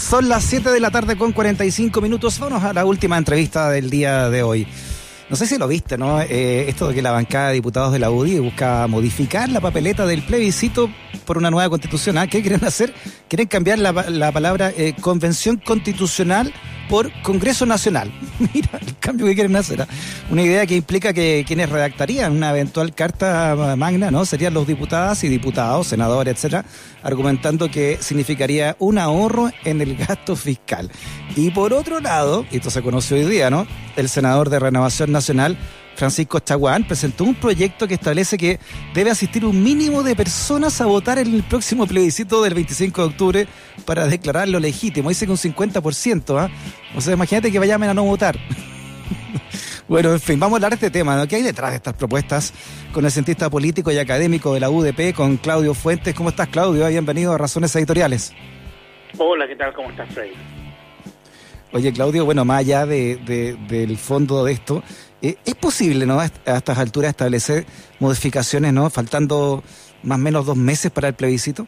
Son las 7 de la tarde con 45 minutos. Vamos a la última entrevista del día de hoy. No sé si lo viste, ¿no? Esto de que la bancada de diputados de la UDI busca modificar la papeleta del plebiscito por una nueva constitución. ¿Qué quieren hacer? Quieren cambiar la palabra convención constitucional por Congreso Nacional. Mira el cambio que quieren hacer. Una idea que implica que quienes redactarían una eventual carta magna, ¿no? Serían los diputadas y diputados, senadores, etcétera, argumentando que significaría un ahorro en el gasto fiscal. Y por otro lado, y esto se conoció hoy día, ¿no? El senador de Renovación Nacional, Francisco Chaguán, presentó un proyecto que establece que debe asistir un mínimo de personas a votar en el próximo plebiscito del 25 de octubre para declararlo legítimo. Dice que un 50%, O sea, imagínate que vayan a no votar. Bueno, en fin, vamos a hablar de este tema, ¿no? ¿Qué hay detrás de estas propuestas? Con el cientista político y académico de la UDP, con Claudio Fuentes. ¿Cómo estás, Claudio? Bienvenido a Razones Editoriales. Hola, ¿qué tal? ¿Cómo estás, Freddy? Oye, Claudio, bueno, más allá del fondo de esto, ¿es posible, ¿no? A estas alturas establecer modificaciones, ¿no? Faltando más o menos 2 meses para el plebiscito.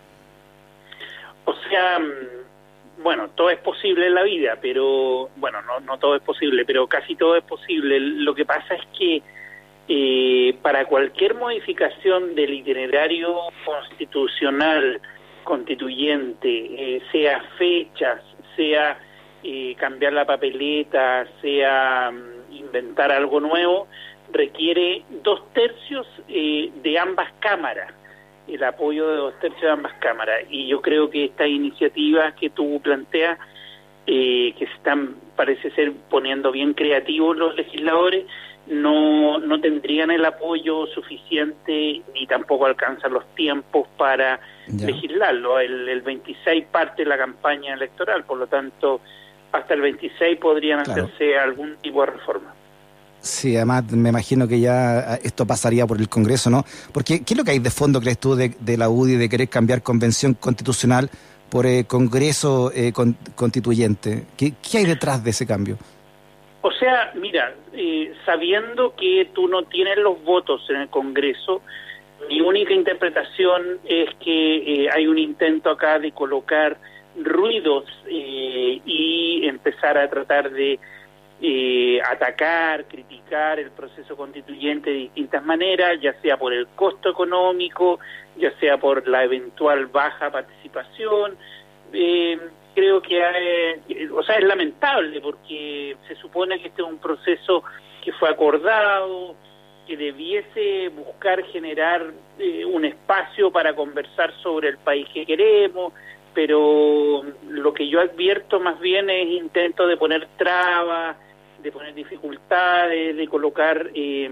O sea, bueno, todo es posible en la vida, pero, bueno, no todo es posible, pero casi todo es posible. Lo que pasa es que para cualquier modificación del itinerario constitucional, constituyente, sea fechas, sea cambiar la papeleta, sea inventar algo nuevo, requiere 2/3 de ambas cámaras, el apoyo de 2/3 de ambas cámaras. Y yo creo que estas iniciativas que tú planteas, que se están, parece ser, poniendo bien creativos los legisladores, no tendrían el apoyo suficiente ni tampoco alcanzan los tiempos para legislarlo. El 26 parte la campaña electoral, por lo tanto hasta el 26 podrían hacerse algún tipo de reforma. Sí, además me imagino que ya esto pasaría por el Congreso, ¿no? Porque, ¿qué es lo que hay de fondo, crees tú, de la UDI de querer cambiar convención constitucional por Congreso constituyente? ¿Qué hay detrás de ese cambio? O sea, mira, sabiendo que tú no tienes los votos en el Congreso, mi única interpretación es que hay un intento acá de colocar ruidos y empezar a tratar de atacar, criticar el proceso constituyente de distintas maneras, ya sea por el costo económico, ya sea por la eventual baja participación. Creo que es lamentable porque se supone que este es un proceso que fue acordado, que debiese buscar generar un espacio para conversar sobre el país que queremos, pero lo que yo advierto más bien es intento de poner trabas, de poner dificultades, de colocar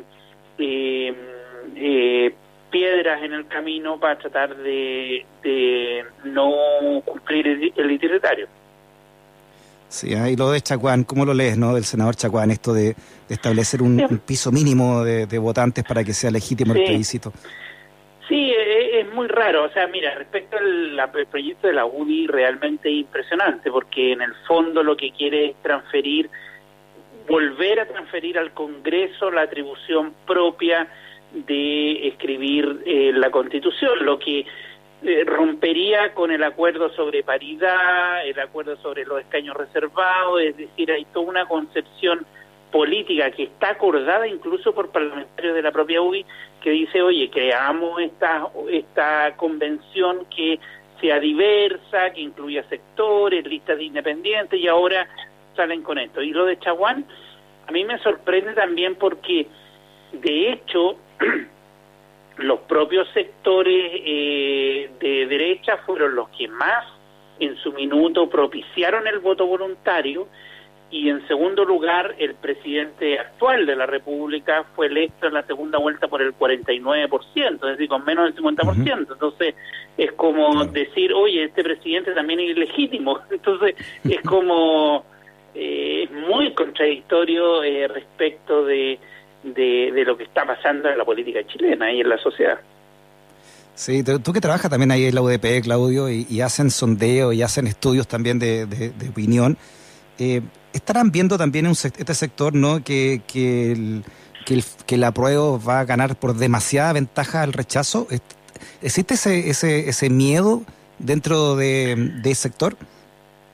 piedras en el camino para tratar de no cumplir el itinerario. Sí, y lo de Chaguán, ¿cómo lo lees, no? Del senador Chaguán, esto de establecer un piso mínimo de votantes para que sea legítimo el plebiscito. Sí, es muy raro. O sea, mira, respecto al proyecto de la UDI, realmente impresionante, porque en el fondo lo que quiere es volver a transferir al Congreso la atribución propia de escribir la Constitución, lo que rompería con el acuerdo sobre paridad, el acuerdo sobre los escaños reservados. Es decir, hay toda una concepción política que está acordada incluso por parlamentarios de la propia UDI, que dice, oye, creamos esta convención que sea diversa, que incluya sectores, listas de independientes, y ahora salen con esto. Y lo de Chaguán a mí me sorprende también porque, de hecho, los propios sectores de derecha fueron los que más en su minuto propiciaron el voto voluntario, y en segundo lugar el presidente actual de la República fue electo en la segunda vuelta por el 49%, es decir, con menos del 50%. Entonces es como decir, oye, este presidente también es ilegítimo. Entonces es como muy contradictorio respecto de lo que está pasando en la política chilena y en la sociedad. Sí, tú que trabajas también ahí en la UDP, Claudio, y hacen sondeo y hacen estudios también de opinión. ¿Estarán viendo también este sector, no, que el apruebo va a ganar por demasiada ventaja al rechazo? ¿Existe ese miedo dentro de ese sector?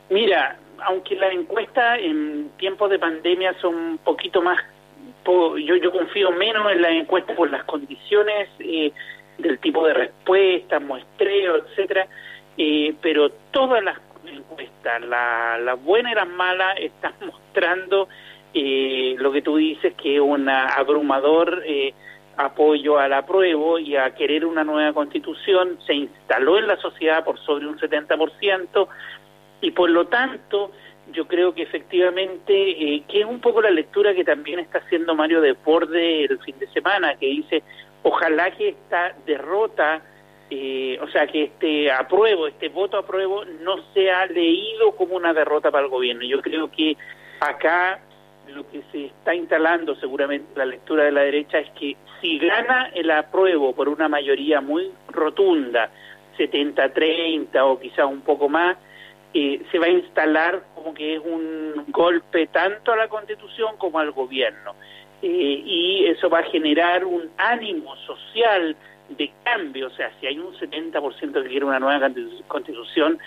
Mira, aunque las encuestas en tiempos de pandemia son un poquito más, yo confío menos en las encuestas por las condiciones del tipo de respuesta, muestreo, etcétera, pero todas las encuestas, las buenas y las malas, están mostrando lo que tú dices, que es un abrumador apoyo al apruebo y a querer una nueva constitución. Se instaló en la sociedad por sobre un 70%, y por lo tanto yo creo que efectivamente, que es un poco la lectura que también está haciendo Mario Desbordes el fin de semana, que dice, ojalá que esta derrota, o sea, que este voto apruebo no sea leído como una derrota para el gobierno. Yo creo que acá lo que se está instalando, seguramente la lectura de la derecha, es que si gana el apruebo por una mayoría muy rotunda, 70-30 o quizás un poco más, se va a instalar como que es un golpe tanto a la Constitución como al gobierno. Y eso va a generar un ánimo social de cambio. O sea, si hay un 70% que quiere una nueva Constitución,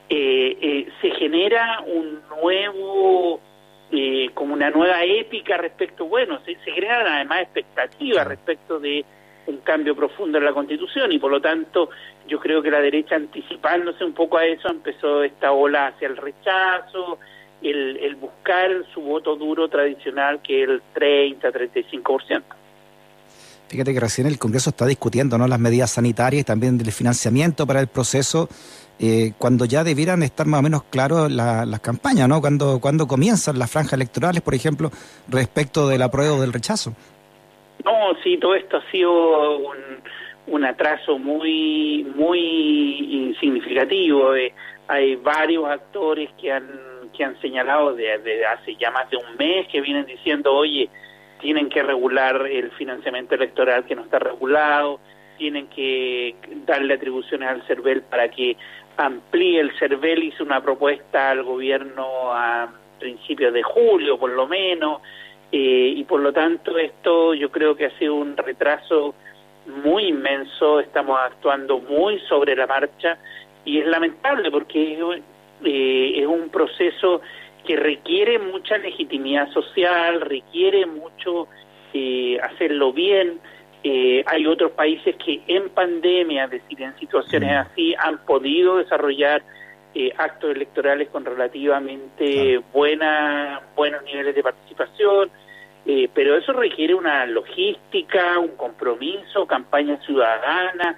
se genera un nuevo, como una nueva épica respecto, bueno, se generan además expectativas respecto de un cambio profundo en la Constitución, y por lo tanto yo creo que la derecha, anticipándose un poco a eso, empezó esta ola hacia el rechazo, el buscar su voto duro tradicional, que es el 30-35%. Fíjate que recién el Congreso está discutiendo, ¿no?, las medidas sanitarias y también del financiamiento para el proceso, cuando ya debieran estar más o menos claros las campañas, ¿no? Cuando comienzan las franjas electorales, por ejemplo, respecto del apruebo o del rechazo. No, sí, todo esto ha sido un atraso muy significativo. Hay varios actores que han señalado desde hace ya más de un mes, que vienen diciendo, oye, tienen que regular el financiamiento electoral que no está regulado, tienen que darle atribuciones al CERVEL para que amplíe. El CERVEL hizo una propuesta al gobierno a principios de julio, por lo menos, y por lo tanto esto yo creo que ha sido un retraso muy inmenso. Estamos actuando muy sobre la marcha, y es lamentable porque es un proceso que requiere mucha legitimidad social, requiere mucho hacerlo bien. Hay otros países que en pandemia, es decir, en situaciones así, han podido desarrollar actos electorales con relativamente buenos niveles de participación, pero eso requiere una logística, un compromiso, campaña ciudadana,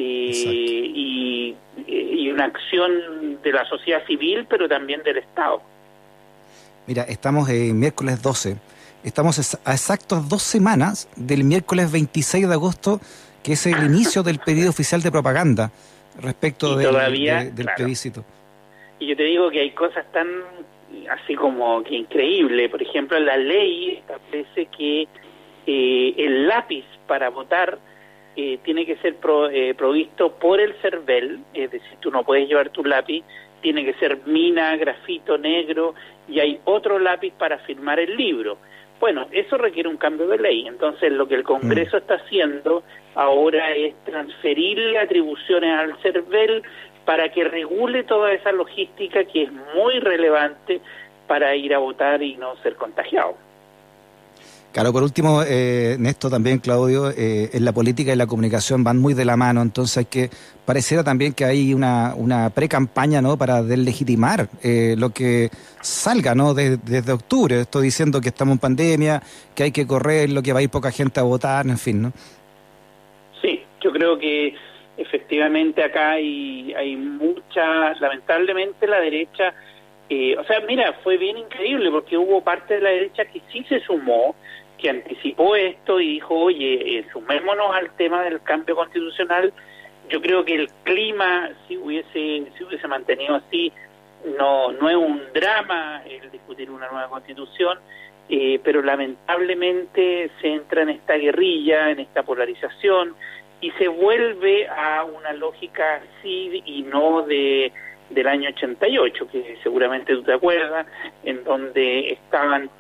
y una acción de la sociedad civil, pero también del Estado. Mira, estamos miércoles 12. Estamos a exactos 2 semanas del miércoles 26 de agosto, que es el inicio del pedido oficial de propaganda respecto del plebiscito. Y yo te digo que hay cosas tan así como que increíble. Por ejemplo, la ley establece que el lápiz para votar tiene que ser provisto por el CERVEL, es decir, tú no puedes llevar tu lápiz, tiene que ser mina, grafito negro, y hay otro lápiz para firmar el libro. Bueno, eso requiere un cambio de ley. Entonces, lo que el Congreso está haciendo ahora es transferirle atribuciones al CERVEL para que regule toda esa logística que es muy relevante para ir a votar y no ser contagiado. Claro, por último, Néstor, también, Claudio, en la política y la comunicación van muy de la mano, entonces pareciera también que hay una pre-campaña, ¿no?, para deslegitimar lo que salga, ¿no?, desde octubre. Estoy diciendo que estamos en pandemia, que hay que correr, lo que va a ir poca gente a votar, en fin, ¿no? Sí, yo creo que efectivamente acá hay mucha, lamentablemente la derecha, o sea, mira, fue bien increíble porque hubo parte de la derecha que sí se sumó, que anticipó esto y dijo, oye, sumémonos al tema del cambio constitucional. Yo creo que el clima, si hubiese mantenido así, no es un drama el discutir una nueva constitución, pero lamentablemente se entra en esta guerrilla, en esta polarización, y se vuelve a una lógica así y no del año 88, que seguramente tú te acuerdas, en donde estaban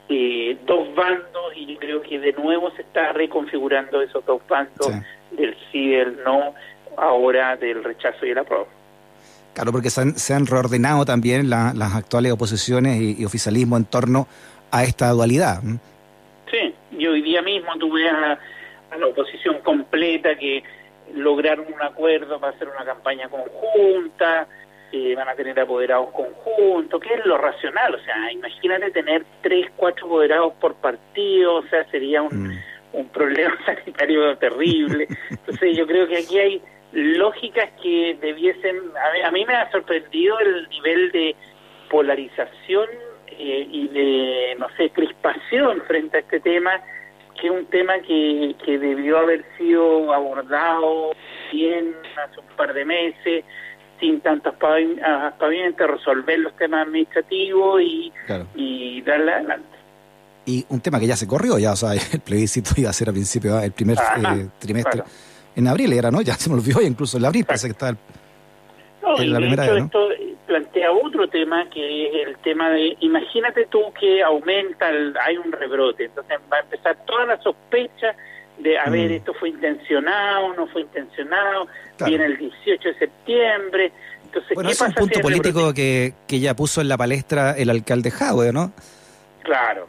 dos bandos, y yo creo que de nuevo se está reconfigurando esos dos bandos, del sí y del no, ahora del rechazo y el apruebo. Claro, porque se han reordenado también las actuales oposiciones y oficialismo en torno a esta dualidad. Sí, y hoy día mismo tú ves a la oposición completa que lograron un acuerdo para hacer una campaña conjunta, van a tener apoderados conjuntos, que es lo racional. O sea, imagínate tener 3, 4 apoderados por partido, o sea, sería un problema sanitario terrible. Entonces yo creo que aquí hay lógicas que debiesen... A mí me ha sorprendido el nivel de polarización y de, no sé, crispación frente a este tema, que es un tema que debió haber sido abordado bien hace un par de meses, sin tantos aspavientos, resolver los temas administrativos y darle adelante. Y un tema que ya se corrió, ya, o sea, el plebiscito iba a ser a principio, el primer trimestre, claro. En abril era, ¿no? Ya se me olvidó, incluso en abril parece que está en la primera vez, ¿no? Esto plantea otro tema, que es el tema de, imagínate tú que aumenta, hay un rebrote, entonces va a empezar toda la sospecha de, a ver, esto fue intencionado, no fue intencionado, claro. Viene el 18 de septiembre, entonces, bueno, ¿qué pasa? Es un punto político que ya puso en la palestra el alcalde Jadwe, ¿no? Claro.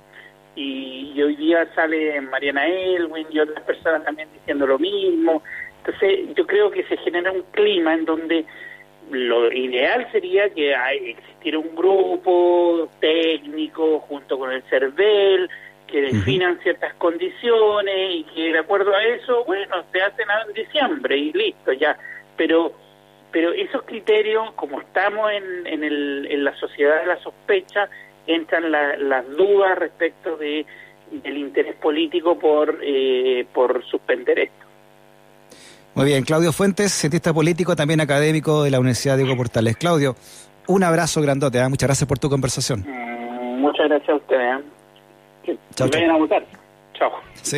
Y hoy día sale Mariana Elwin y otras personas también diciendo lo mismo. Entonces yo creo que se genera un clima en donde lo ideal sería que existiera un grupo técnico junto con el CERVEL que definan ciertas condiciones y que de acuerdo a eso, bueno, se hacen en diciembre y listo ya. Pero esos criterios, como estamos en la sociedad de la sospecha, entran las dudas respecto del interés político por suspender esto. Muy bien, Claudio Fuentes, cientista político, también académico de la Universidad Diego Portales. Claudio, un abrazo grandote, ¿eh? Muchas gracias por tu conversación. Muchas gracias a ustedes. Que vayan a votar. Chao. Sí.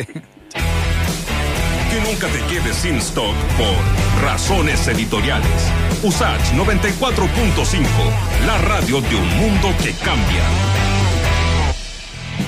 Que nunca te quedes sin stock por razones editoriales. USACH 94.5, la radio de un mundo que cambia.